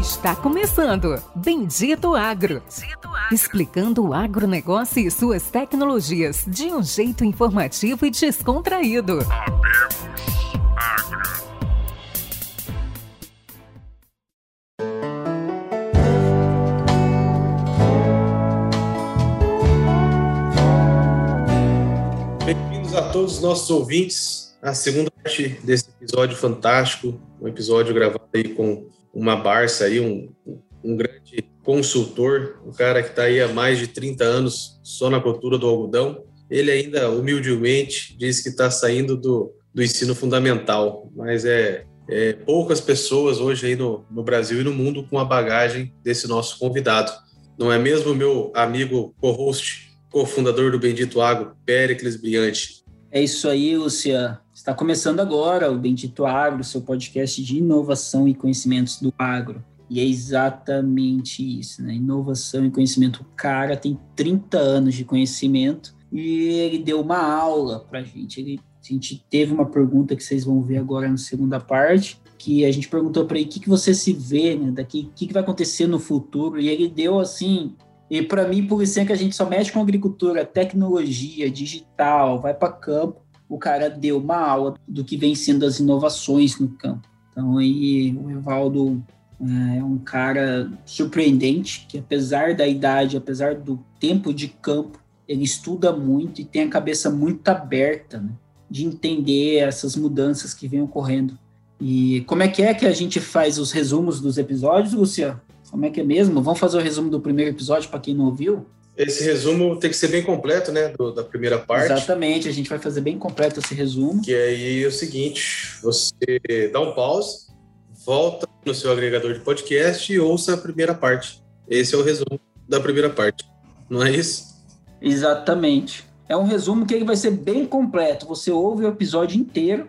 Está começando Bendito Agro. Explicando o agronegócio e suas tecnologias de um jeito informativo e descontraído. Bem-vindos a todos os nossos ouvintes à segunda parte desse episódio fantástico, um episódio gravado aí com uma Barça aí, um grande consultor, um cara que está aí há mais de 30 anos só na cultura do algodão. Ele ainda, humildemente, diz que está saindo do ensino fundamental, mas poucas pessoas hoje aí no Brasil e no mundo com a bagagem desse nosso convidado. Não é mesmo, meu amigo co-host, cofundador do Bendito Agro, Péricles Briante? É isso aí, Lúcia. Está começando agora o Bendito Agro, seu podcast de inovação e conhecimentos do agro. E é exatamente isso, né? Inovação e conhecimento. O cara tem 30 anos de conhecimento e ele deu uma aula para a gente. A gente teve uma pergunta que vocês vão ver agora na segunda parte, que a gente perguntou para ele o que você se vê, né? Daqui, o que vai acontecer no futuro. E ele deu assim... E para mim, por isso é que a gente só mexe com agricultura, tecnologia, digital, vai para campo. O cara deu uma aula do que vem sendo as inovações no campo. Então, aí, o Evaldo é um cara surpreendente, que apesar da idade, apesar do tempo de campo, ele estuda muito e tem a cabeça muito aberta, né, de entender essas mudanças que vêm ocorrendo. E como é que a gente faz os resumos dos episódios, Luciano? Como é que é mesmo? Vamos fazer o resumo do primeiro episódio para quem não ouviu? Esse resumo tem que ser bem completo, né, da primeira parte. Exatamente, a gente vai fazer bem completo esse resumo. Que aí é o seguinte, você dá um pause, volta no seu agregador de podcast e ouça a primeira parte. Esse é o resumo da primeira parte, não é isso? Exatamente. É um resumo que ele vai ser bem completo. Você ouve o episódio inteiro,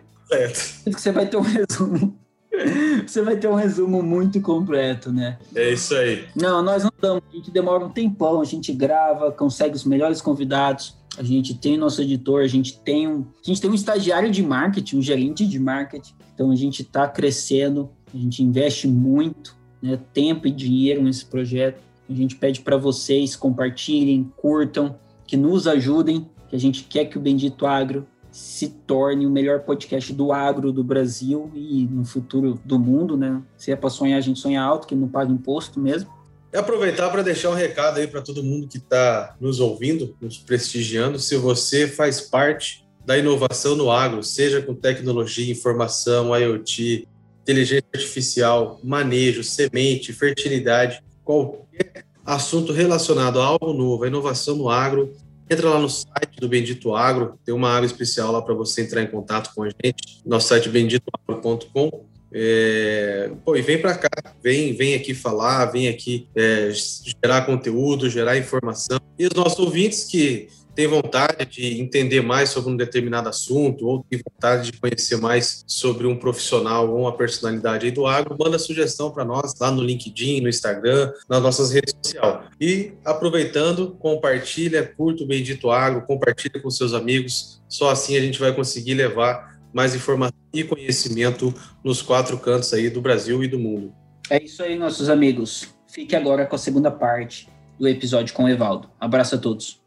você vai ter um resumo. Você vai ter um resumo muito completo, né? É isso aí. Não, nós não damos. A gente demora um tempão, a gente grava, consegue os melhores convidados, a gente tem nosso editor, a gente tem um estagiário de marketing, um gerente de marketing. Então, a gente está crescendo, a gente investe muito, né, tempo e dinheiro nesse projeto. A gente pede para vocês compartilhem, curtam, que nos ajudem, que a gente quer que o Bendito Agro se torne o melhor podcast do agro do Brasil e no futuro do mundo, né? Se é para sonhar, a gente sonha alto, que não paga imposto mesmo. E aproveitar para deixar um recado aí para todo mundo que está nos ouvindo, nos prestigiando. Se você faz parte da inovação no agro, seja com tecnologia, informação, IoT, inteligência artificial, manejo, semente, fertilidade, qualquer assunto relacionado a algo novo, a inovação no agro, entra lá no site do Bendito Agro, tem uma área especial lá para você entrar em contato com a gente, nosso site benditoagro.com. E vem para cá, vem aqui falar, vem aqui gerar conteúdo, gerar informação. E os nossos ouvintes que têm vontade de entender mais sobre um determinado assunto ou têm vontade de conhecer mais sobre um profissional ou uma personalidade aí do agro, manda sugestão para nós lá no LinkedIn, no Instagram, nas nossas redes sociais. E aproveitando, compartilha, curta o Bendito Agro, compartilha com seus amigos, só assim a gente vai conseguir levar mais informação e conhecimento nos 4 cantos aí do Brasil e do mundo. É isso aí, nossos amigos. Fique agora com a segunda parte do episódio com o Evaldo. Abraço a todos.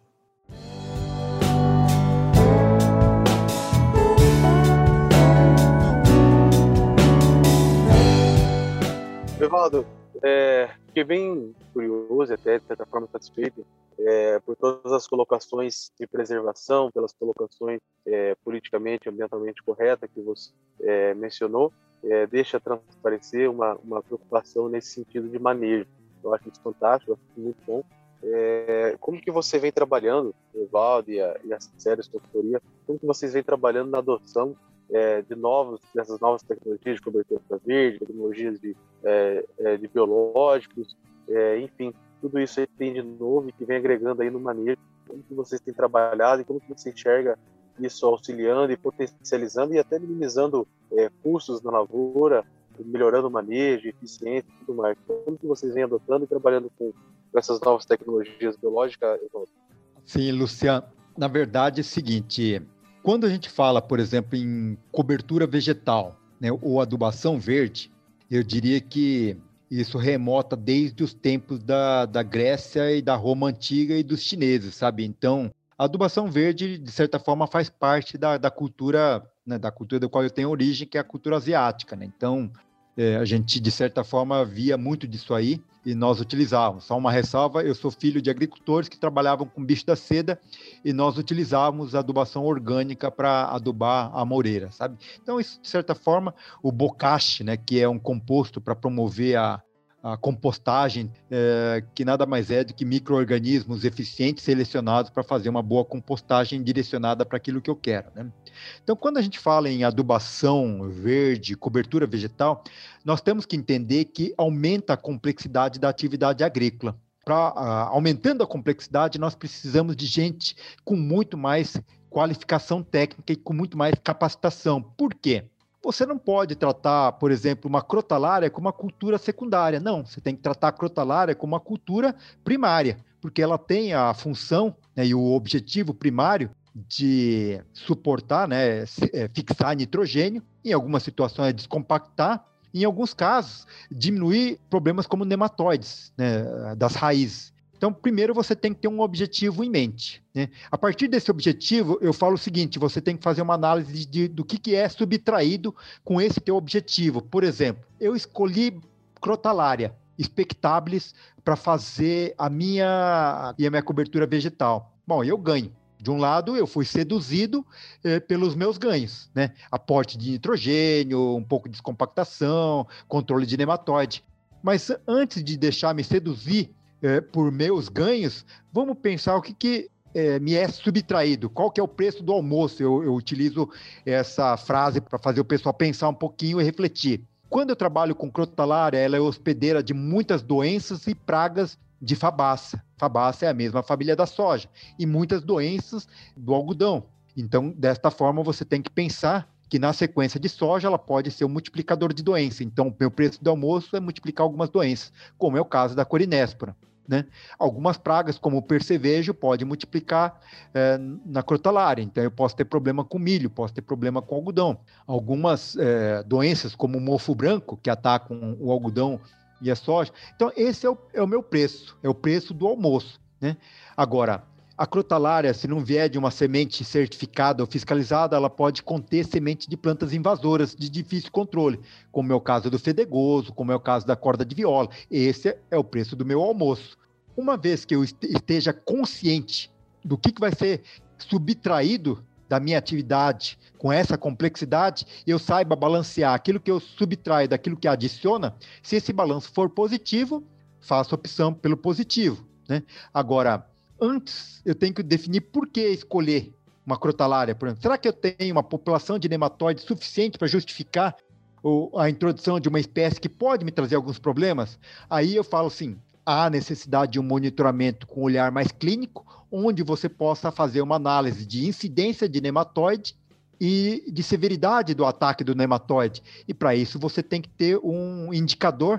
Evaldo, fiquei bem curioso e até, de certa forma, satisfeito por todas as colocações de preservação, pelas colocações politicamente, ambientalmente corretas que você mencionou. Deixa transparecer uma preocupação nesse sentido de manejo. Eu acho isso fantástico, eu acho muito bom. Como que você vem trabalhando, o Evaldo e a Ceres Consultoria, como que vocês vêm trabalhando na adoção dessas novas tecnologias de cobertura verde, tecnologias de biológicos, enfim, tudo isso aí tem de novo e que vem agregando aí no manejo. Como que vocês têm trabalhado e como que você enxerga isso auxiliando e potencializando e até minimizando custos na lavoura, melhorando o manejo, eficiência e tudo mais. Como que vocês vêm adotando e trabalhando com essas novas tecnologias biológicas? Sim, Luciano. Na verdade é o seguinte, quando a gente fala, por exemplo, em cobertura vegetal, né, ou adubação verde, eu diria que Isso remota desde os tempos da Grécia e da Roma Antiga e dos chineses, sabe? Então, a adubação verde, de certa forma, faz parte da cultura, né, da cultura da qual eu tenho origem, que é a cultura asiática, né? Então, a gente, de certa forma, via muito disso aí e nós utilizávamos. Só uma ressalva, eu sou filho de agricultores que trabalhavam com bicho da seda e nós utilizávamos a adubação orgânica para adubar a moreira, sabe? Então, isso, de certa forma, o bokashi, né, que é um composto para promover a compostagem, que nada mais é do que micro-organismos eficientes selecionados para fazer uma boa compostagem direcionada para aquilo que eu quero, né? Então, quando a gente fala em adubação verde, cobertura vegetal, nós temos que entender que aumenta a complexidade da atividade agrícola. Aumentando a complexidade, nós precisamos de gente com muito mais qualificação técnica e com muito mais capacitação. Por quê? Você não pode tratar, por exemplo, uma crotalária como uma cultura secundária. Não, você tem que tratar a crotalária como uma cultura primária, porque ela tem a função, né, e o objetivo primário de suportar, né, fixar nitrogênio, em algumas situações descompactar, em alguns casos diminuir problemas como nematóides, né, das raízes. Então, primeiro você tem que ter um objetivo em mente, né? A partir desse objetivo, eu falo o seguinte, você tem que fazer uma análise do que é subtraído com esse teu objetivo. Por exemplo, eu escolhi crotalária expectabilis para fazer a minha cobertura vegetal. Bom, eu ganho. De um lado, eu fui seduzido pelos meus ganhos, né? Aporte de nitrogênio, um pouco de descompactação, controle de nematóide. Mas antes de deixar me seduzir por meus ganhos, vamos pensar o que me é subtraído, qual que é o preço do almoço. Eu utilizo essa frase para fazer o pessoal pensar um pouquinho e refletir. Quando eu trabalho com crotalária, ela é hospedeira de muitas doenças e pragas de fabácea. Fabácea é a mesma família da soja. E muitas doenças do algodão. Então, desta forma, você tem que pensar que na sequência de soja ela pode ser um multiplicador de doença. Então, o meu preço do almoço é multiplicar algumas doenças, como é o caso da corinéspora, né? Algumas pragas, como o percevejo, pode multiplicar na crotalária. Então, eu posso ter problema com milho, posso ter problema com algodão. Algumas doenças, como o mofo branco, que atacam o algodão e a soja. Então, esse é o meu preço, é o preço do almoço, né? Agora, a crotalária, se não vier de uma semente certificada ou fiscalizada, ela pode conter semente de plantas invasoras de difícil controle, como é o caso do fedegoso, como é o caso da corda de viola. Esse é o preço do meu almoço. Uma vez que eu esteja consciente do que vai ser subtraído da minha atividade com essa complexidade, eu saiba balancear aquilo que eu subtraio daquilo que adiciona, se esse balanço for positivo, faço opção pelo positivo, né? Agora, antes, eu tenho que definir por que escolher uma crotalária, por exemplo. Será que eu tenho uma população de nematóides suficiente para justificar a introdução de uma espécie que pode me trazer alguns problemas? Aí eu falo assim, há necessidade de um monitoramento com olhar mais clínico, onde você possa fazer uma análise de incidência de nematóide e de severidade do ataque do nematóide. E para isso você tem que ter um indicador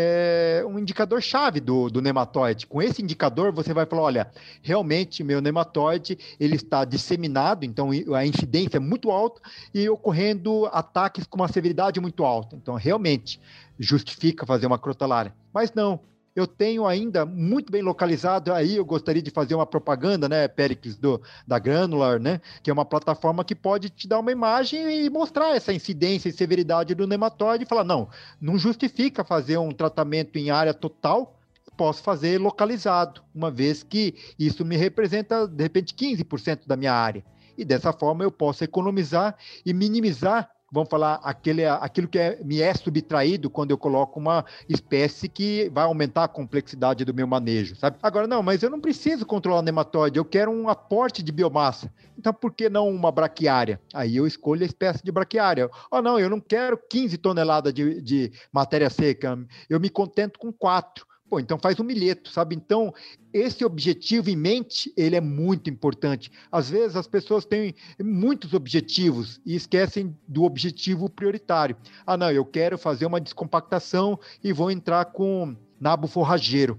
chave do nematóide. Com esse indicador, você vai falar, olha, realmente meu nematóide ele está disseminado, então a incidência é muito alta e ocorrendo ataques com uma severidade muito alta. Então, realmente, justifica fazer uma crotalária. Mas não, eu tenho ainda muito bem localizado, aí eu gostaria de fazer uma propaganda, né, Péricles, da Granular, né, que é uma plataforma que pode te dar uma imagem e mostrar essa incidência e severidade do nematóide e falar, não justifica fazer um tratamento em área total, posso fazer localizado, uma vez que isso me representa, de repente, 15% da minha área. E dessa forma eu posso economizar e minimizar, vamos falar, aquilo que me é subtraído quando eu coloco uma espécie que vai aumentar a complexidade do meu manejo, sabe? Agora, não, mas eu não preciso controlar o nematóide, eu quero um aporte de biomassa. Então, por que não uma braquiária? Aí eu escolho a espécie de braquiária. Não, eu não quero 15 toneladas de matéria seca, eu me contento com 4. Pô, então faz um milheto, sabe? Então, esse objetivo em mente, ele é muito importante. Às vezes, as pessoas têm muitos objetivos e esquecem do objetivo prioritário. Não, eu quero fazer uma descompactação e vou entrar com nabo forrageiro.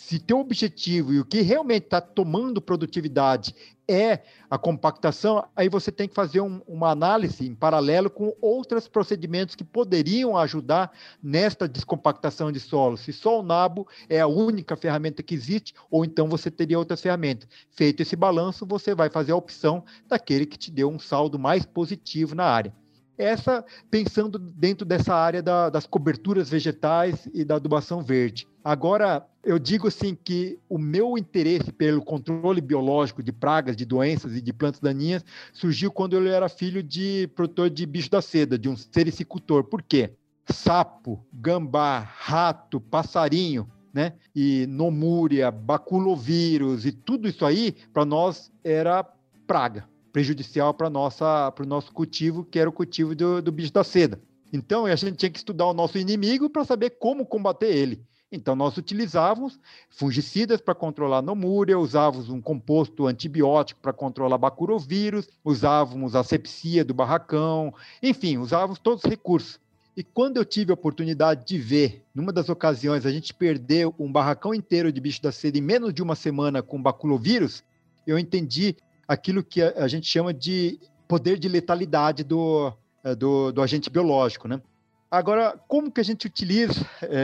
se teu objetivo e o que realmente está tomando produtividade é a compactação, aí você tem que fazer uma análise em paralelo com outros procedimentos que poderiam ajudar nesta descompactação de solo. Se só o nabo é a única ferramenta que existe, ou então você teria outras ferramentas. Feito esse balanço, você vai fazer a opção daquele que te deu um saldo mais positivo na área. Essa, pensando dentro dessa área das coberturas vegetais e da adubação verde. Agora, eu digo assim que o meu interesse pelo controle biológico de pragas, de doenças e de plantas daninhas surgiu quando eu era filho de produtor de bicho da seda, de um sericultor. Por quê? Sapo, gambá, rato, passarinho, né? E nomúria, baculovírus e tudo isso aí, para nós, era praga. Prejudicial para o nosso cultivo, que era o cultivo do bicho da seda. Então, a gente tinha que estudar o nosso inimigo para saber como combater ele. Então, nós utilizávamos fungicidas para controlar a nomúria, usávamos um composto antibiótico para controlar bacurovírus, usávamos a asepsia do barracão, enfim, usávamos todos os recursos. E quando eu tive a oportunidade de ver, numa das ocasiões, a gente perdeu um barracão inteiro de bicho da seda em menos de uma semana com baculovírus, eu entendi aquilo que a gente chama de poder de letalidade do agente biológico, né? Agora, como que a gente utiliza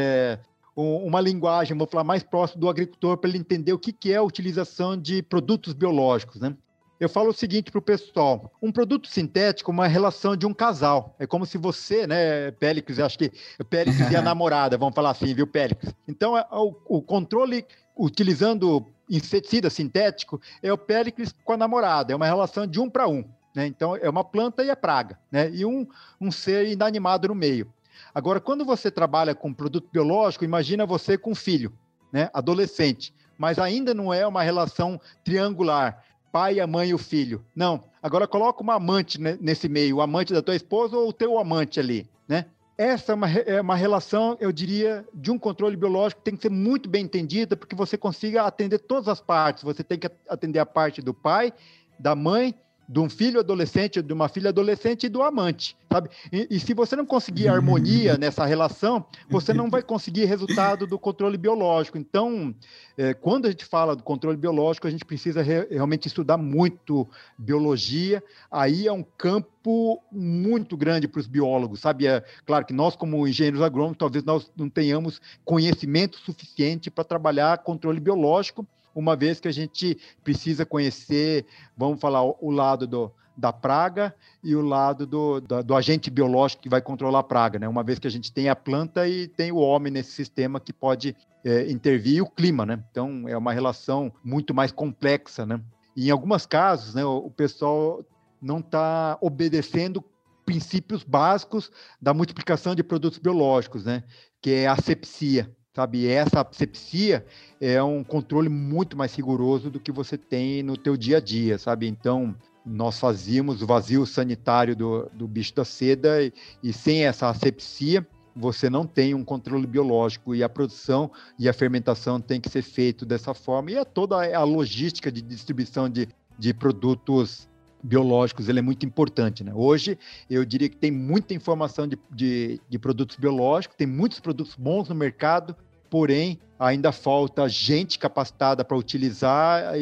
uma linguagem, vou falar, mais próximo do agricultor para ele entender o que é a utilização de produtos biológicos, né? Eu falo o seguinte para o pessoal: um produto sintético é uma relação de um casal. É como se você, né, Pélix, acho que Pélix e a namorada, vamos falar assim, viu, Pélix? Então, o controle utilizando inseticida sintético é o Péricles com a namorada, é uma relação de 1 para 1, né? Então, é uma planta e a praga, né? E um ser inanimado no meio. Agora, quando você trabalha com produto biológico, imagina você com um filho, né? Adolescente, mas ainda não é uma relação triangular, pai, a mãe e o filho. Não, agora coloca uma amante nesse meio, o amante da tua esposa ou o teu amante ali, né? Essa é uma relação, eu diria, de um controle biológico que tem que ser muito bem entendida, porque você consiga atender todas as partes. Você tem que atender a parte do pai, da mãe, de um filho adolescente, de uma filha adolescente e do amante, sabe? E se você não conseguir harmonia nessa relação, você não vai conseguir resultado do controle biológico. Então, quando a gente fala do controle biológico, a gente precisa realmente estudar muito biologia. Aí é um campo muito grande para os biólogos, sabe? Claro que nós, como engenheiros agrônomos, talvez nós não tenhamos conhecimento suficiente para trabalhar controle biológico, uma vez que a gente precisa conhecer, vamos falar, o lado da praga e o lado do agente biológico que vai controlar a praga, né? Uma vez que a gente tem a planta e tem o homem nesse sistema que pode intervir, e o clima, né? Então, é uma relação muito mais complexa, né? E em alguns casos, né, o pessoal não está obedecendo princípios básicos da multiplicação de produtos biológicos, né? Que é a asepsia. Sabe, essa asepsia é um controle muito mais rigoroso do que você tem no teu dia a dia, sabe? Então, nós fazíamos o vazio sanitário do bicho da seda e sem essa asepsia, você não tem um controle biológico e a produção e a fermentação tem que ser feito dessa forma. E toda a logística de distribuição de produtos biológicos, ele é muito importante, né? Hoje, eu diria que tem muita informação de produtos biológicos, tem muitos produtos bons no mercado, porém, ainda falta gente capacitada para utilizar,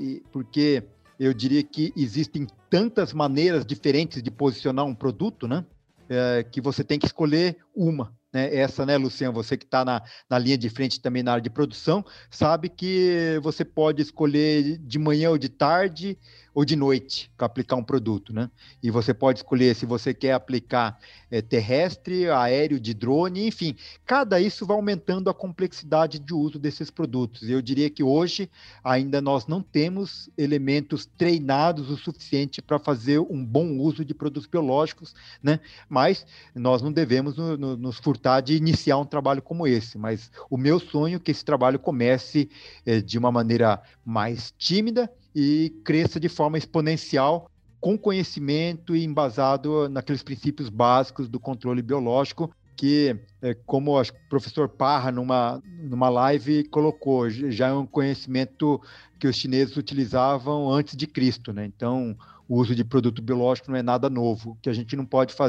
porque eu diria que existem tantas maneiras diferentes de posicionar um produto, né? Que você tem que escolher uma. Né? Essa, né, Luciano, você que está na linha de frente também na área de produção, sabe que você pode escolher de manhã ou de tarde ou de noite para aplicar um produto, né? E você pode escolher se você quer aplicar terrestre, aéreo, de drone, enfim, isso vai aumentando a complexidade de uso desses produtos. Eu diria que hoje ainda nós não temos elementos treinados o suficiente para fazer um bom uso de produtos biológicos, né? Mas nós não devemos nos furtar de iniciar um trabalho como esse, mas o meu sonho é que esse trabalho comece de uma maneira mais tímida e cresça de forma exponencial, com conhecimento e embasado naqueles princípios básicos do controle biológico, que, como o professor Parra, numa live, colocou, já é um conhecimento que os chineses utilizavam antes de Cristo, né? Então, o uso de produto biológico não é nada novo. O que a gente não pode fazer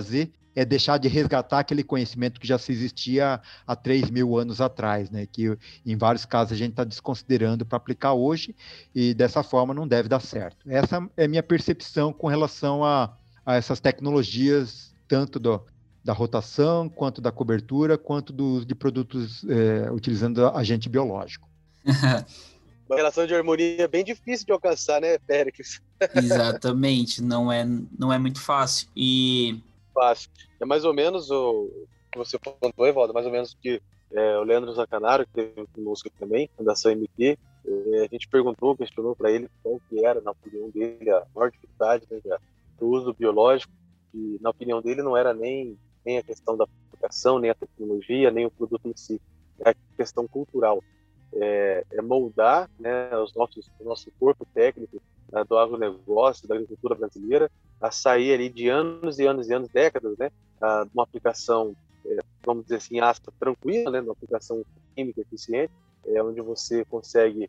é deixar de resgatar aquele conhecimento que já se existia há 3.000 anos atrás, né? Que em vários casos a gente está desconsiderando para aplicar hoje, e dessa forma não deve dar certo. Essa é a minha percepção com relação a essas tecnologias, tanto da rotação, quanto da cobertura, quanto de produtos utilizando agente biológico. Uma relação de harmonia bem difícil de alcançar, né, Péricles? Exatamente, não é muito fácil. E Fácil. É mais ou menos o que você contou, Evaldo, mais ou menos que o Leandro Zancanaro, que teve conosco aqui também, Fundação MT, a gente questionou para ele qual que era, na opinião dele, a maior dificuldade, né, do uso biológico, e na opinião dele não era nem a questão da aplicação, nem a tecnologia, nem o produto em si, é a questão cultural. É moldar, né, o nosso corpo técnico, né, do agronegócio, da agricultura brasileira, a sair ali de anos e anos e anos, décadas, né, uma aplicação, vamos dizer assim, aspas, tranquila, né, uma aplicação química eficiente, onde você consegue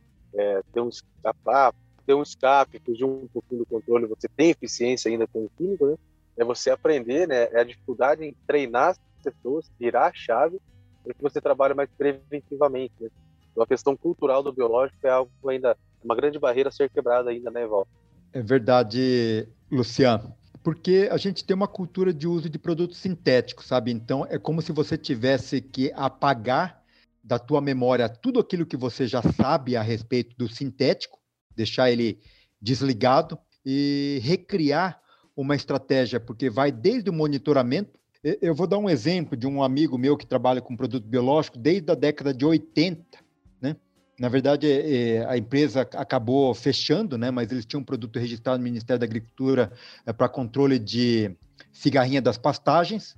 ter um escape, fugir um pouquinho do controle, você tem eficiência ainda com o químico, né, é você aprender, né, é a dificuldade em treinar as pessoas, virar a chave, para que você trabalhe mais preventivamente, né. Então, a questão cultural do biológico é algo ainda, uma grande barreira a ser quebrada ainda, né, Val? É verdade, Luciano, porque a gente tem uma cultura de uso de produtos sintéticos, sabe? Então, é como se você tivesse que apagar da tua memória tudo aquilo que você já sabe a respeito do sintético, deixar ele desligado e recriar uma estratégia, porque vai desde o monitoramento. Eu vou dar um exemplo de um amigo meu que trabalha com produto biológico desde a década de 80, né? Na verdade, a empresa acabou fechando, né? Mas eles tinham um produto registrado no Ministério da Agricultura para controle de cigarrinha das pastagens.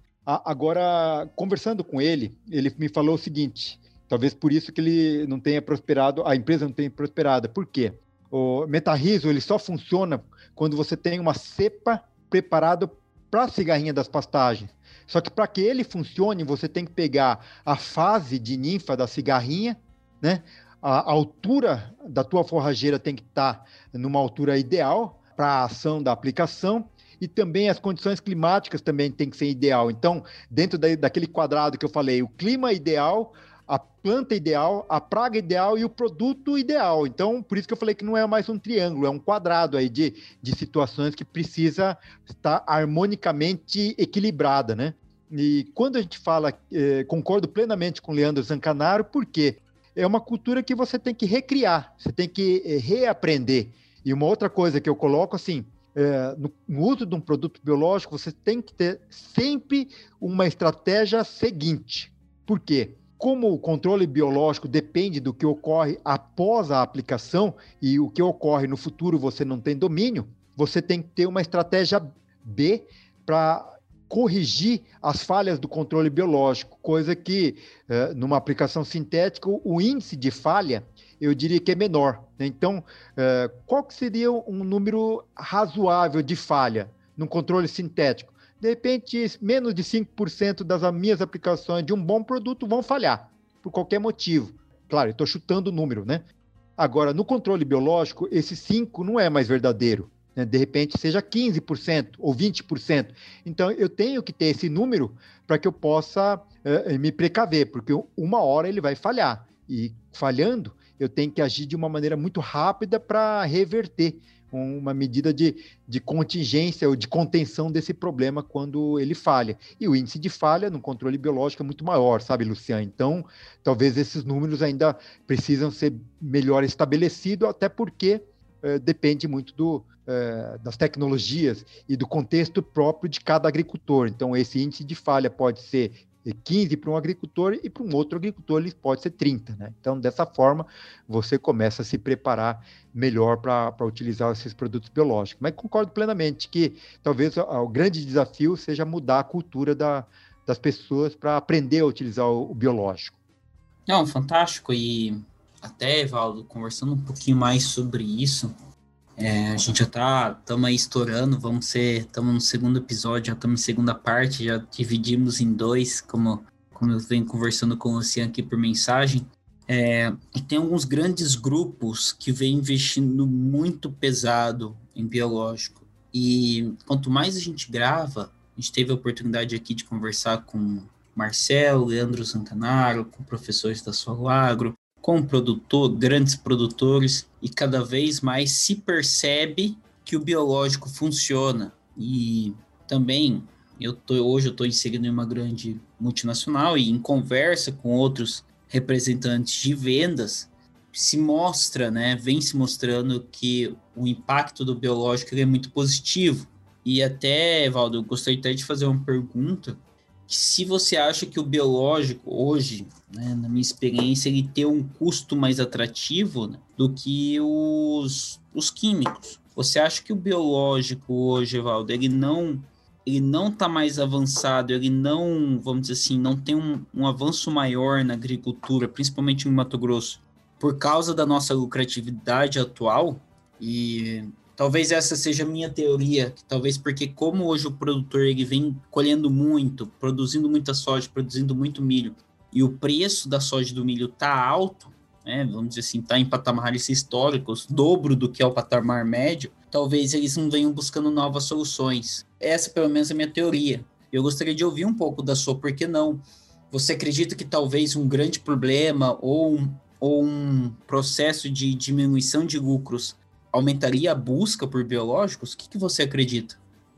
Agora, conversando com ele, ele me falou o seguinte, talvez por isso que ele não tenha prosperado, a empresa não tenha prosperado. Por quê? O metarriso, ele só funciona quando você tem uma cepa preparada para a cigarrinha das pastagens. Só que para que ele funcione, você tem que pegar a fase de ninfa da cigarrinha, né? A altura da tua forrageira tem que estar numa altura ideal para a ação da aplicação, e também as condições climáticas também tem que ser ideal. Então, dentro daquele quadrado que eu falei, o clima ideal, a planta ideal, a praga ideal e o produto ideal. Então, por isso que eu falei que não é mais um triângulo, é um quadrado aí de situações que precisa estar harmonicamente equilibrada, né? E quando a gente fala, concordo plenamente com o Leandro Zancanaro, porque é uma cultura que você tem que recriar, você tem que reaprender. E uma outra coisa que eu coloco assim, no uso de um produto biológico, você tem que ter sempre uma estratégia seguinte. Por quê? Como o controle biológico depende do que ocorre após a aplicação e o que ocorre no futuro você não tem domínio, você tem que ter uma estratégia B para corrigir as falhas do controle biológico, coisa que, numa aplicação sintética, o índice de falha, eu diria que é menor. Então, qual que seria um número razoável de falha num controle sintético? De repente, menos de 5% das minhas aplicações de um bom produto vão falhar, por qualquer motivo. Claro, eu estou chutando o número, né? Agora, no controle biológico, esse 5% não é mais verdadeiro. De repente seja 15% ou 20%. Então, eu tenho que ter esse número para que eu possa me precaver, porque uma hora ele vai falhar. E falhando, eu tenho que agir de uma maneira muito rápida para reverter uma medida de contingência ou de contenção desse problema quando ele falha. E o índice de falha no controle biológico é muito maior, sabe, Luciano? Então, talvez esses números ainda precisam ser melhor estabelecidos, até porque depende muito das tecnologias e do contexto próprio de cada agricultor. Então, esse índice de falha pode ser 15 para um agricultor e para um outro agricultor ele pode ser 30, né? Então, dessa forma, você começa a se preparar melhor para utilizar esses produtos biológicos. Mas concordo plenamente que talvez o grande desafio seja mudar a cultura das pessoas para aprender a utilizar o biológico. Não, fantástico. E até, Evaldo, conversando um pouquinho mais sobre isso, a gente já estamos aí estourando, estamos no segundo episódio, já estamos em segunda parte, já dividimos em 2, como eu venho conversando com o Luciano aqui por mensagem, e tem alguns grandes grupos que vêm investindo muito pesado em biológico, e quanto mais a gente grava, A gente teve a oportunidade aqui de conversar com Marcelo, Leandro Zancanaro, com professores da Solo Agro, com grandes produtores, e cada vez mais se percebe que o biológico funciona. E também, hoje eu estou inserido em uma grande multinacional e em conversa com outros representantes de vendas, se mostra, né, vem se mostrando que o impacto do biológico é muito positivo. E até, Valdo, eu gostaria até de fazer uma pergunta, se você acha que o biológico hoje, né, na minha experiência, ele tem um custo mais atrativo, né, do que os químicos. Você acha que o biológico hoje, Valdo, ele não está mais avançado, ele não, vamos dizer assim, não tem um avanço maior na agricultura, principalmente no Mato Grosso, por causa da nossa lucratividade atual? E talvez essa seja a minha teoria, que talvez porque como hoje o produtor ele vem colhendo muito, produzindo muita soja, produzindo muito milho, e o preço da soja e do milho está alto, né, vamos dizer assim, está em patamares históricos, dobro do que é o patamar médio, talvez eles não venham buscando novas soluções. Essa, pelo menos, é a minha teoria. Eu gostaria de ouvir um pouco da sua, por que não? Você acredita que talvez um grande problema ou um processo de diminuição de lucros aumentaria a busca por biológicos? O que você acredita?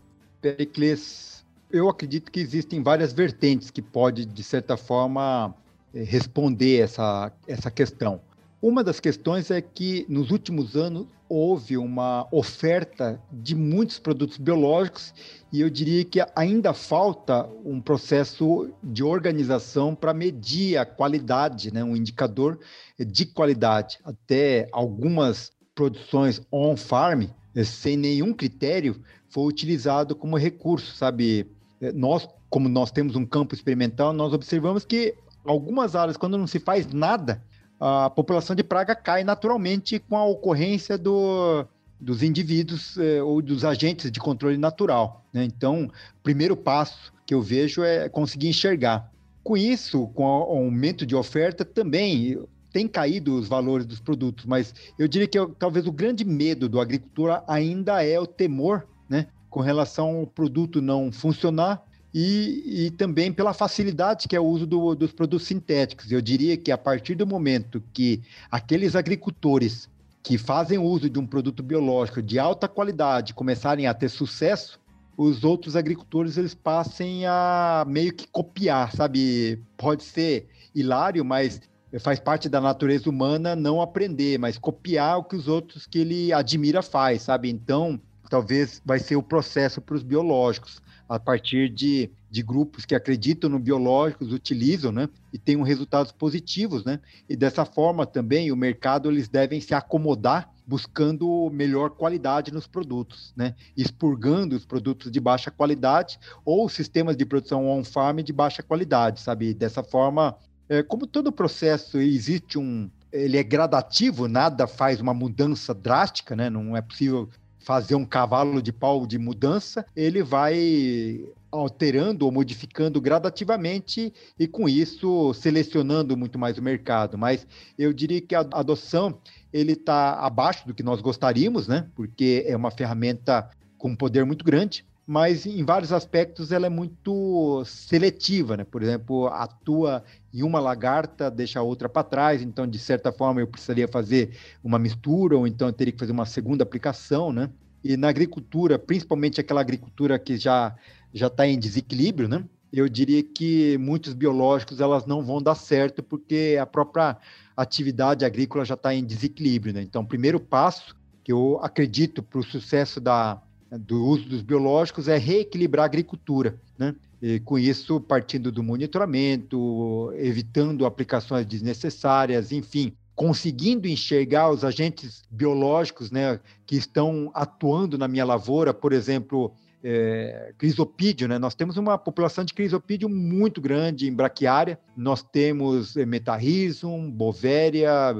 Pericles, eu acredito que existem várias vertentes que pode, de certa forma, responder essa questão. Uma das questões é que, nos últimos anos, houve uma oferta de muitos produtos biológicos e eu diria que ainda falta um processo de organização para medir a qualidade, né? Um indicador de qualidade. Até algumas produções on-farm, sem nenhum critério, foi utilizado como recurso, sabe? Como nós temos um campo experimental, nós observamos que algumas áreas, quando não se faz nada, a população de praga cai naturalmente com a ocorrência dos indivíduos ou dos agentes de controle natural, né? Então, o primeiro passo que eu vejo é conseguir enxergar. Com isso, com o aumento de oferta, também tem caído os valores dos produtos, mas eu diria que talvez o grande medo do agricultor ainda é o temor, né, com relação ao produto não funcionar, e também pela facilidade que é o uso dos produtos sintéticos. Eu diria que a partir do momento que aqueles agricultores que fazem uso de um produto biológico de alta qualidade começarem a ter sucesso, os outros agricultores eles passem a meio que copiar, sabe? Pode ser hilário, mas faz parte da natureza humana não aprender, mas copiar o que os outros que ele admira faz, sabe? Então, talvez vai ser o processo para os biológicos, a partir de grupos que acreditam no biológicos, utilizam, né, e tenham resultados positivos, né, e dessa forma também o mercado, eles devem se acomodar buscando melhor qualidade nos produtos, né, expurgando os produtos de baixa qualidade ou sistemas de produção on-farm de baixa qualidade, sabe? Dessa forma, como todo processo ele é gradativo, nada faz uma mudança drástica, né, não é possível fazer um cavalo de pau de mudança, ele vai alterando ou modificando gradativamente e, com isso, selecionando muito mais o mercado. Mas eu diria que a adoção ele está abaixo do que nós gostaríamos, né? Porque é uma ferramenta com um poder muito grande, mas em vários aspectos ela é muito seletiva, né? Por exemplo, atua em uma lagarta, deixa a outra para trás, então, de certa forma, eu precisaria fazer uma mistura, ou então eu teria que fazer uma segunda aplicação, né? E na agricultura, principalmente aquela agricultura que já está em desequilíbrio, né? Eu diria que muitos biológicos elas não vão dar certo, porque a própria atividade agrícola já está em desequilíbrio, né? Então, o primeiro passo que eu acredito para o sucesso do uso dos biológicos é reequilibrar a agricultura, né? E com isso, partindo do monitoramento, evitando aplicações desnecessárias, enfim, conseguindo enxergar os agentes biológicos, né, que estão atuando na minha lavoura, por exemplo, crisopídeo, né? Nós temos uma população de crisopídeo muito grande em braquiária, nós temos metarrhizum, bovéria,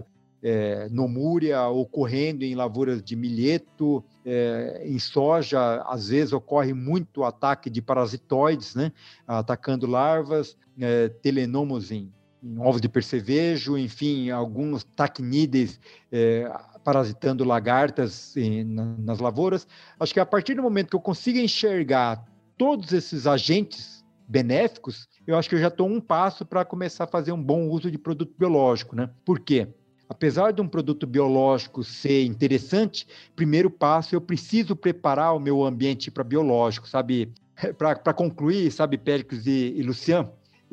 nomúria ocorrendo em lavouras de milheto, em soja, às vezes ocorre muito ataque de parasitoides, né, atacando larvas, telenomos em ovos de percevejo, enfim, alguns tacnídeos parasitando lagartas nas lavouras. Acho que a partir do momento que eu consiga enxergar todos esses agentes benéficos, eu acho que eu já estou um passo para começar a fazer um bom uso de produto biológico, né? Por quê? Apesar de um produto biológico ser interessante, primeiro passo, eu preciso preparar o meu ambiente para biológico, sabe? Para concluir, sabe, Péricles e Luciano,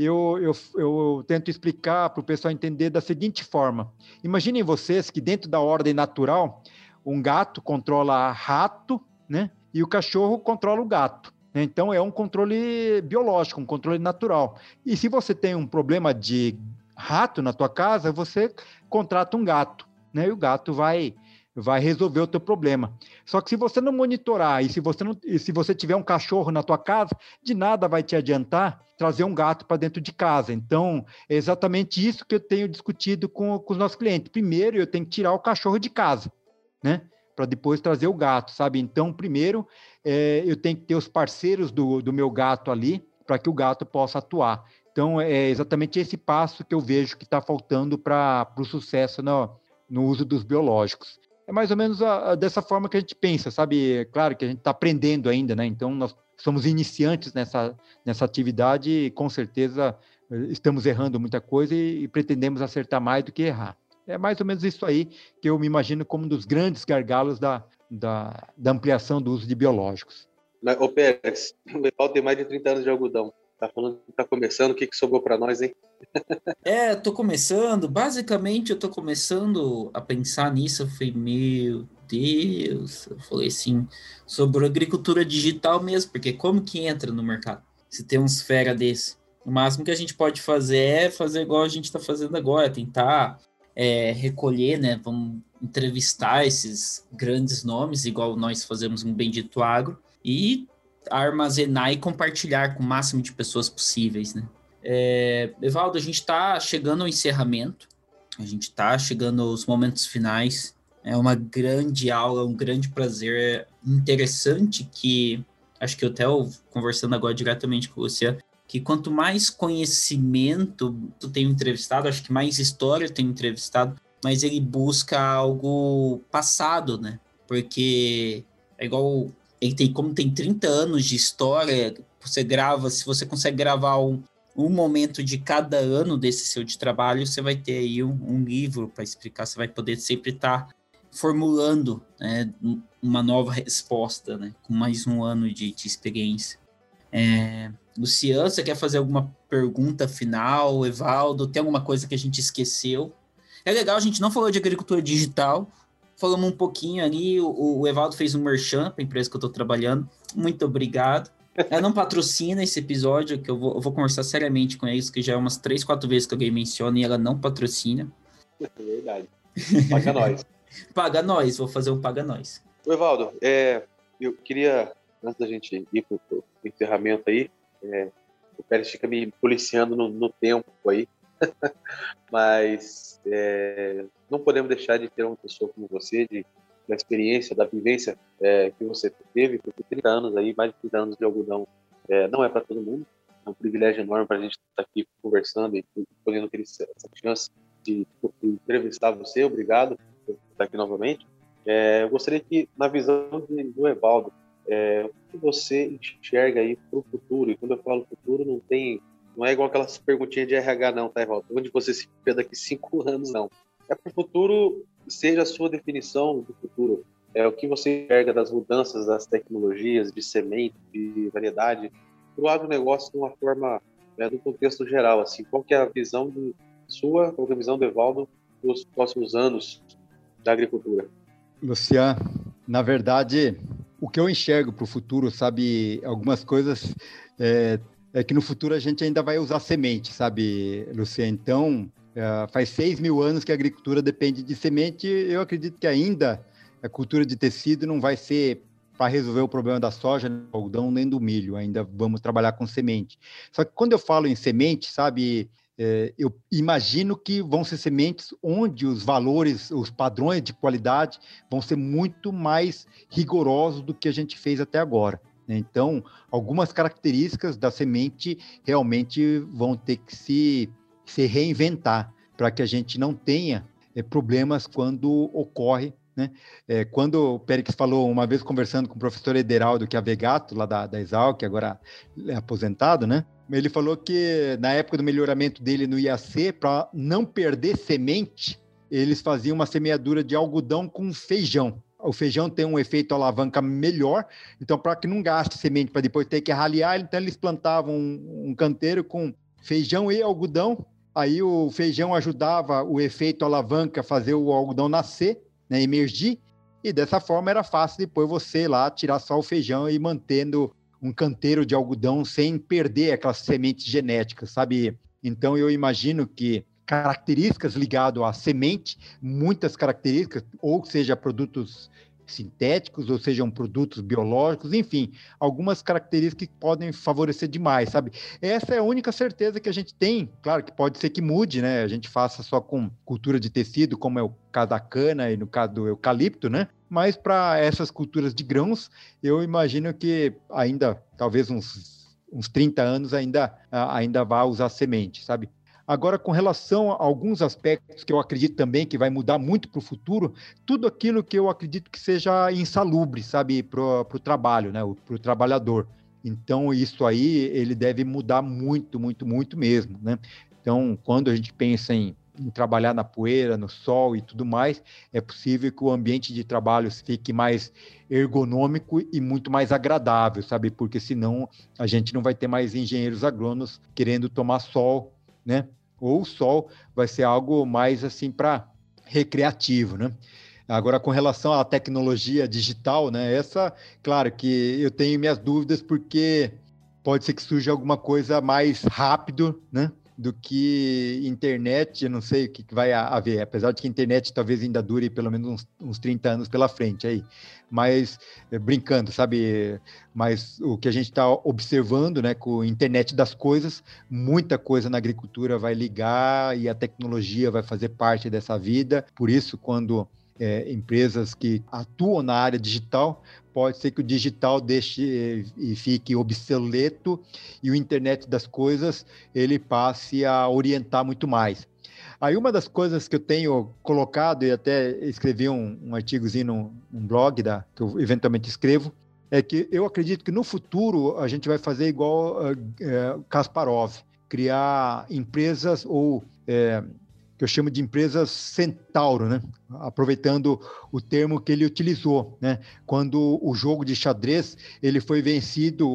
eu tento explicar para o pessoal entender da seguinte forma. Imaginem vocês que dentro da ordem natural, um gato controla rato, né? E o cachorro controla o gato. Então, é um controle biológico, um controle natural. E se você tem um problema de rato na tua casa, você contrata um gato, né? E o gato vai resolver o teu problema. Só que se você não monitorar e se você tiver um cachorro na tua casa, de nada vai te adiantar trazer um gato para dentro de casa. Então, é exatamente isso que eu tenho discutido com os nossos clientes. Primeiro, eu tenho que tirar o cachorro de casa, né? Para depois trazer o gato, sabe? Então, primeiro, eu tenho que ter os parceiros do meu gato ali para que o gato possa atuar. Então, é exatamente esse passo que eu vejo que está faltando para o sucesso no uso dos biológicos. É mais ou menos dessa forma que a gente pensa, sabe? É claro que a gente está aprendendo ainda, né? Então, nós somos iniciantes nessa atividade e, com certeza, estamos errando muita coisa e pretendemos acertar mais do que errar. É mais ou menos isso aí que eu me imagino como um dos grandes gargalos da ampliação do uso de biológicos. Ô Pérez, o Evaldo tem mais de 30 anos de algodão. Tá falando que tá começando, o que sobrou para nós, hein? Tô começando, basicamente eu tô começando a pensar nisso. Eu falei, meu Deus, eu falei assim, sobre agricultura digital mesmo, porque como que entra no mercado? Se tem uns fera desse. O máximo que a gente pode fazer é fazer igual a gente tá fazendo agora, tentar recolher, né? Vamos entrevistar esses grandes nomes, igual nós fazemos um Bendito Agro, e armazenar e compartilhar com o máximo de pessoas possíveis, né? Evaldo, a gente está chegando ao encerramento, a gente está chegando aos momentos finais. É uma grande aula, um grande prazer, interessante que, acho que eu até conversando agora diretamente com você, que quanto mais conhecimento tu tem entrevistado, acho que mais história tem entrevistado, mas ele busca algo passado, né? Porque é igual, como tem 30 anos de história, você grava, se você consegue gravar um momento de cada ano desse seu de trabalho, você vai ter aí um livro para explicar, você vai poder sempre estar formulando, né, uma nova resposta, né, com mais um ano de experiência. Luciano, você quer fazer alguma pergunta final? Evaldo, tem alguma coisa que a gente esqueceu? É legal, a gente não falou de agricultura digital, falamos um pouquinho ali, o Evaldo fez um merchan para a empresa que eu estou trabalhando, muito obrigado. Ela não patrocina esse episódio, que eu vou conversar seriamente com eles, que já é umas 3, 4 vezes que alguém menciona e ela não patrocina. É verdade. Paga nós. Paga nós, vou fazer um paga nós. Evaldo, eu queria, antes da gente ir para o encerramento aí, o Pérez fica me policiando no tempo aí, mas não podemos deixar de ter uma pessoa como você, da experiência, da vivência que você teve, porque 30 anos aí, mais de 30 anos de algodão, não é para todo mundo. É um privilégio enorme para a gente estar aqui conversando e podendo ter essa chance de entrevistar você. Obrigado por estar aqui novamente. Eu gostaria que, na visão do Evaldo, o que você enxerga aí para o futuro? E quando eu falo futuro, não é igual aquelas perguntinhas de RH não, tá, Evaldo? Onde você se vê daqui 5 anos, não. É para o futuro, seja a sua definição do futuro. O que você enxerga das mudanças das tecnologias, de semente, de variedade, para o agronegócio de uma forma, no contexto geral, assim, qual que é a visão sua, qual que é a visão do Evaldo nos próximos anos da agricultura? Luciano, na verdade, o que eu enxergo para o futuro, sabe, algumas coisas, que no futuro a gente ainda vai usar semente, sabe, Luciano? Então, faz 6.000 anos que a agricultura depende de semente. Eu acredito que ainda a cultura de tecido não vai ser para resolver o problema da soja, do algodão, nem do milho. Ainda vamos trabalhar com semente. Só que quando eu falo em semente, sabe, eu imagino que vão ser sementes onde os valores, os padrões de qualidade vão ser muito mais rigorosos do que a gente fez até agora. Então, algumas características da semente realmente vão ter que se reinventar para que a gente não tenha problemas quando ocorre né? Quando o Périx falou, uma vez conversando com o professor Ederaldo Chiavegato, lá da Exalc, que agora é aposentado, né? Ele falou que na época do melhoramento dele no IAC, para não perder semente, eles faziam uma semeadura de algodão com feijão. O feijão tem um efeito alavanca melhor, então para que não gaste semente para depois ter que raliar, então eles plantavam um canteiro com feijão e algodão. Aí o feijão ajudava o efeito alavanca a fazer o algodão nascer, né, emergir, e dessa forma era fácil depois você lá tirar só o feijão e mantendo um canteiro de algodão sem perder aquelas sementes genéticas, sabe? Então eu imagino que características ligadas à semente, muitas características, ou seja, produtos sintéticos, ou sejam produtos biológicos, enfim, algumas características que podem favorecer demais, sabe? Essa é a única certeza que a gente tem. Claro que pode ser que mude, né? A gente faça só com cultura de tecido, como é o caso da cana e no caso do eucalipto, né? Mas para essas culturas de grãos, eu imagino que ainda, talvez uns 30 anos ainda vá usar semente, sabe? Agora, com relação a alguns aspectos que eu acredito também que vai mudar muito para o futuro, tudo aquilo que eu acredito que seja insalubre, sabe, para o trabalho, né, para o trabalhador. Então, isso aí, ele deve mudar muito, muito, muito mesmo, né? Então, quando a gente pensa em trabalhar na poeira, no sol e tudo mais, é possível que o ambiente de trabalho fique mais ergonômico e muito mais agradável, sabe? Porque senão a gente não vai ter mais engenheiros agrônomos querendo tomar sol, né? Ou o sol vai ser algo mais assim para recreativo, né? Agora, com relação à tecnologia digital, né? Essa, claro que eu tenho minhas dúvidas porque pode ser que surja alguma coisa mais rápido, né? Do que internet, eu não sei o que vai haver, apesar de que a internet talvez ainda dure pelo menos uns 30 anos pela frente aí, mas brincando, sabe, mas o que a gente está observando, né, com a internet das coisas, muita coisa na agricultura vai ligar e a tecnologia vai fazer parte dessa vida, por isso quando empresas que atuam na área digital, pode ser que o digital deixe e fique obsoleto e o internet das coisas ele passe a orientar muito mais. Aí uma das coisas que eu tenho colocado e até escrevi um artigozinho num blog que eu eventualmente escrevo, é que eu acredito que no futuro a gente vai fazer igual Kasparov, criar empresas ou que eu chamo de empresas centauro, né? Aproveitando o termo que ele utilizou, né? Quando o jogo de xadrez ele foi vencido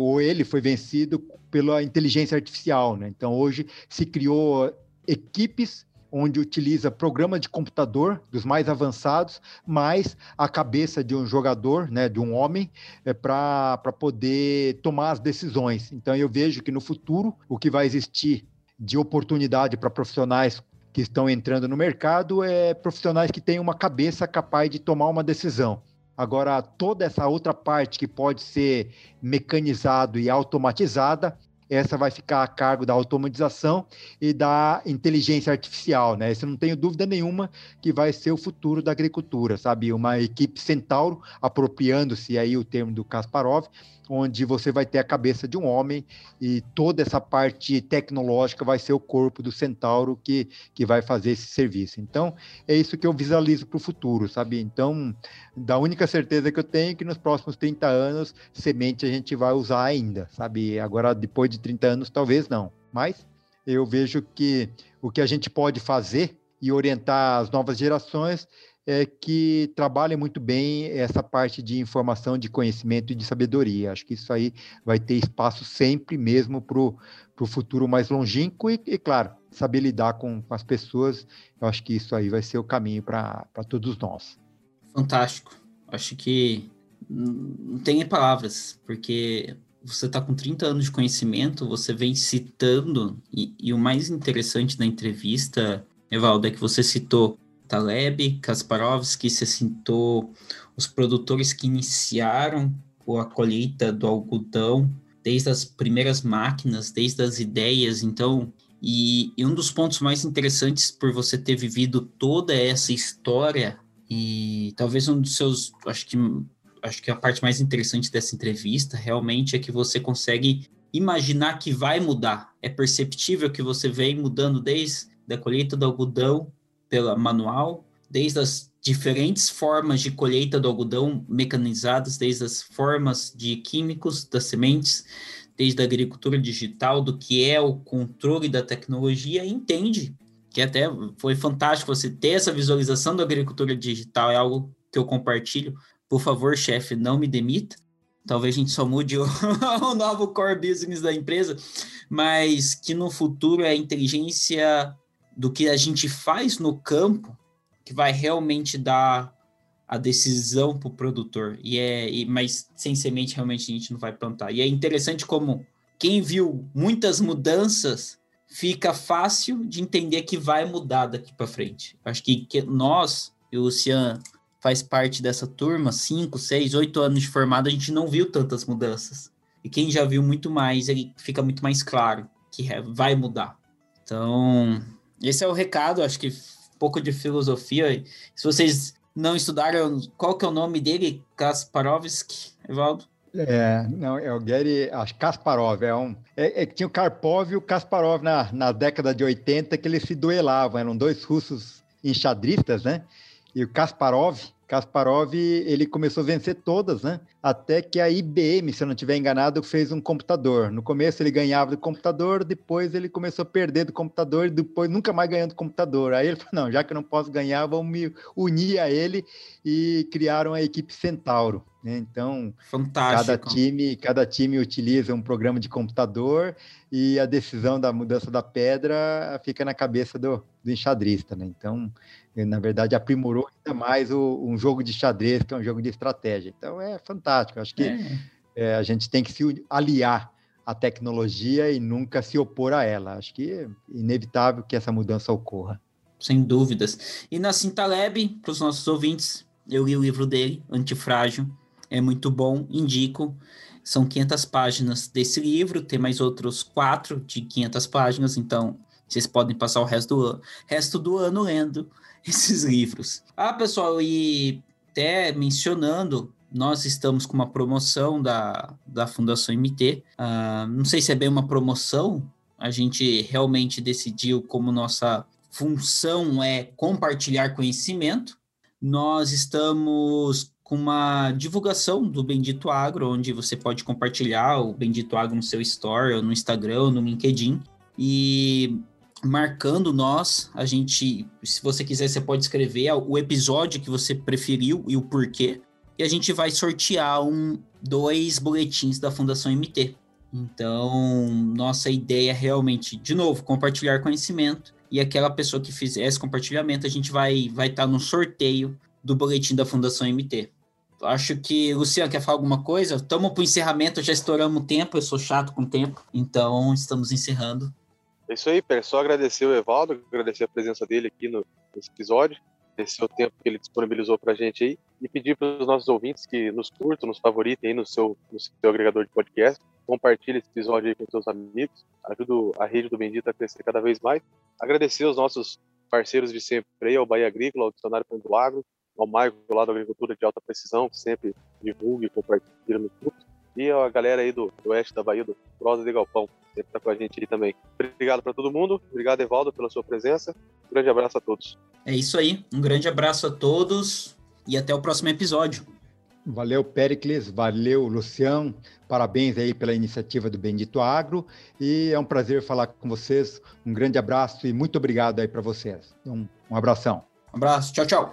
pela inteligência artificial, né? Então hoje se criou equipes onde utiliza programa de computador dos mais avançados, mais a cabeça de um jogador, né, de um homem, para poder tomar as decisões. Então eu vejo que no futuro o que vai existir de oportunidade para profissionais que estão entrando no mercado é profissionais que têm uma cabeça capaz de tomar uma decisão. Agora, toda essa outra parte que pode ser mecanizado e automatizada, essa vai ficar a cargo da automatização e da inteligência artificial, né? Isso eu não tenho dúvida nenhuma que vai ser o futuro da agricultura, sabe? Uma equipe centauro, apropriando-se aí o termo do Kasparov, onde você vai ter a cabeça de um homem e toda essa parte tecnológica vai ser o corpo do centauro que vai fazer esse serviço. Então, é isso que eu visualizo para o futuro, sabe? Então, da única certeza que eu tenho é que nos próximos 30 anos, semente a gente vai usar ainda, sabe? Agora, depois de 30 anos, talvez não. Mas eu vejo que o que a gente pode fazer e orientar as novas gerações é que trabalhem muito bem essa parte de informação, de conhecimento e de sabedoria. Acho que isso aí vai ter espaço sempre mesmo para o futuro mais longínquo e, claro, saber lidar com as pessoas. Eu acho que isso aí vai ser o caminho para todos nós. Fantástico. Acho que não tem palavras, porque você está com 30 anos de conhecimento, você vem citando, e o mais interessante da entrevista, Evaldo, é que você citou Taleb, Kasparovski, você citou os produtores que iniciaram a colheita do algodão, desde as primeiras máquinas, desde as ideias, então, e um dos pontos mais interessantes por você ter vivido toda essa história, e talvez um dos seus, acho que a parte mais interessante dessa entrevista realmente é que você consegue imaginar que vai mudar, é perceptível que você vem mudando desde a colheita do algodão pela manual, desde as diferentes formas de colheita do algodão mecanizadas, desde as formas de químicos das sementes, desde a agricultura digital, do que é o controle da tecnologia, entende que até foi fantástico você ter essa visualização da agricultura digital, é algo que eu compartilho. Por favor, chefe, não me demita. Talvez a gente só mude o novo core business da empresa, mas que no futuro é a inteligência do que a gente faz no campo que vai realmente dar a decisão para o produtor. Mas sem semente, realmente, a gente não vai plantar. E é interessante como quem viu muitas mudanças, fica fácil de entender que vai mudar daqui para frente. Acho que nós, e o Luciano faz parte dessa turma, 5, 6, 8 anos de formado, a gente não viu tantas mudanças. E quem já viu muito mais, ele fica muito mais claro que vai mudar. Então, esse é o recado, acho que um pouco de filosofia. Se vocês não estudaram, qual que é o nome dele? Kasparovski, Evaldo? Não, é o Gary Kasparov. Tinha o Karpov e o Kasparov na década de 80, que eles se duelavam. Eram dois russos enxadristas, né? E o Kasparov, ele começou a vencer todas, né? Até que a IBM, se eu não estiver enganado, fez um computador. No começo ele ganhava do computador, depois ele começou a perder do computador e depois nunca mais ganhou do computador. Aí ele falou, não, já que eu não posso ganhar, vamos me unir a ele, e criaram a equipe Centauro, né? Então, cada time utiliza um programa de computador e a decisão da mudança da pedra fica na cabeça do enxadrista, né? Então, na verdade, aprimorou ainda mais um jogo de xadrez, que é um jogo de estratégia. Então, é fantástico. Acho que a gente tem que se aliar à tecnologia e nunca se opor a ela. Acho que é inevitável que essa mudança ocorra. Sem dúvidas. E na Cintalab, para os nossos ouvintes, eu li o livro dele, Antifrágil. É muito bom, indico. São 500 páginas desse livro, tem mais outros 4 de 500 páginas, então vocês podem passar o resto do ano lendo esses livros. Pessoal, e até mencionando, nós estamos com uma promoção da Fundação MT. Não sei se é bem uma promoção, a gente realmente decidiu como nossa função é compartilhar conhecimento. Nós estamos com uma divulgação do Bendito Agro, onde você pode compartilhar o Bendito Agro no seu Store, ou no Instagram, ou no LinkedIn, e marcando nós, a gente, se você quiser, você pode escrever o episódio que você preferiu e o porquê, e a gente vai sortear 2 boletins da Fundação MT. Então, nossa ideia é realmente, de novo, compartilhar conhecimento, e aquela pessoa que fizer esse compartilhamento, a gente vai estar no sorteio do boletim da Fundação MT. Acho que, Luciano, quer falar alguma coisa? Estamos para o encerramento, já estouramos o tempo, eu sou chato com o tempo, então estamos encerrando. É isso aí, Pérez. Só agradecer o Evaldo, agradecer a presença dele aqui nesse episódio, agradecer o tempo que ele disponibilizou para a gente aí, e pedir para os nossos ouvintes que nos curtam, nos favoritem aí no seu agregador de podcast, compartilhe esse episódio aí com seus amigos, ajuda a rede do Bendito a crescer cada vez mais. Agradecer aos nossos parceiros de sempre aí, ao Bahia Agrícola, ao Dicionário Ponto Agro, ao Maico lá da Agricultura de Alta Precisão, que sempre divulga e compartilha nos grupos, e a galera aí do oeste da Bahia, do Prosa de Galpão, sempre está com a gente aí também. Obrigado para todo mundo, obrigado, Evaldo, pela sua presença, um grande abraço a todos. É isso aí, um grande abraço a todos e até o próximo episódio. Valeu, Péricles, valeu, Luciano, parabéns aí pela iniciativa do Bendito Agro, e é um prazer falar com vocês, um grande abraço e muito obrigado aí para vocês. Um abração. Um abraço, tchau, tchau.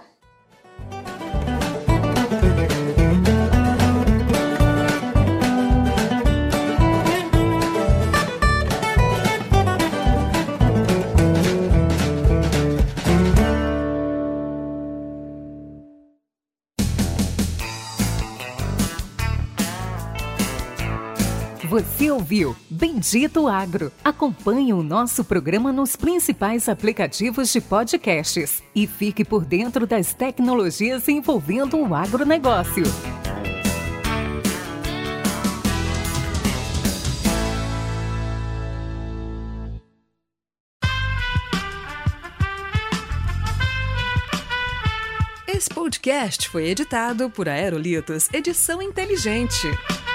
Você ouviu Bendito Agro. Acompanhe o nosso programa nos principais aplicativos de podcasts e fique por dentro das tecnologias envolvendo o agronegócio. Esse podcast foi editado por Aerolitos Edição Inteligente.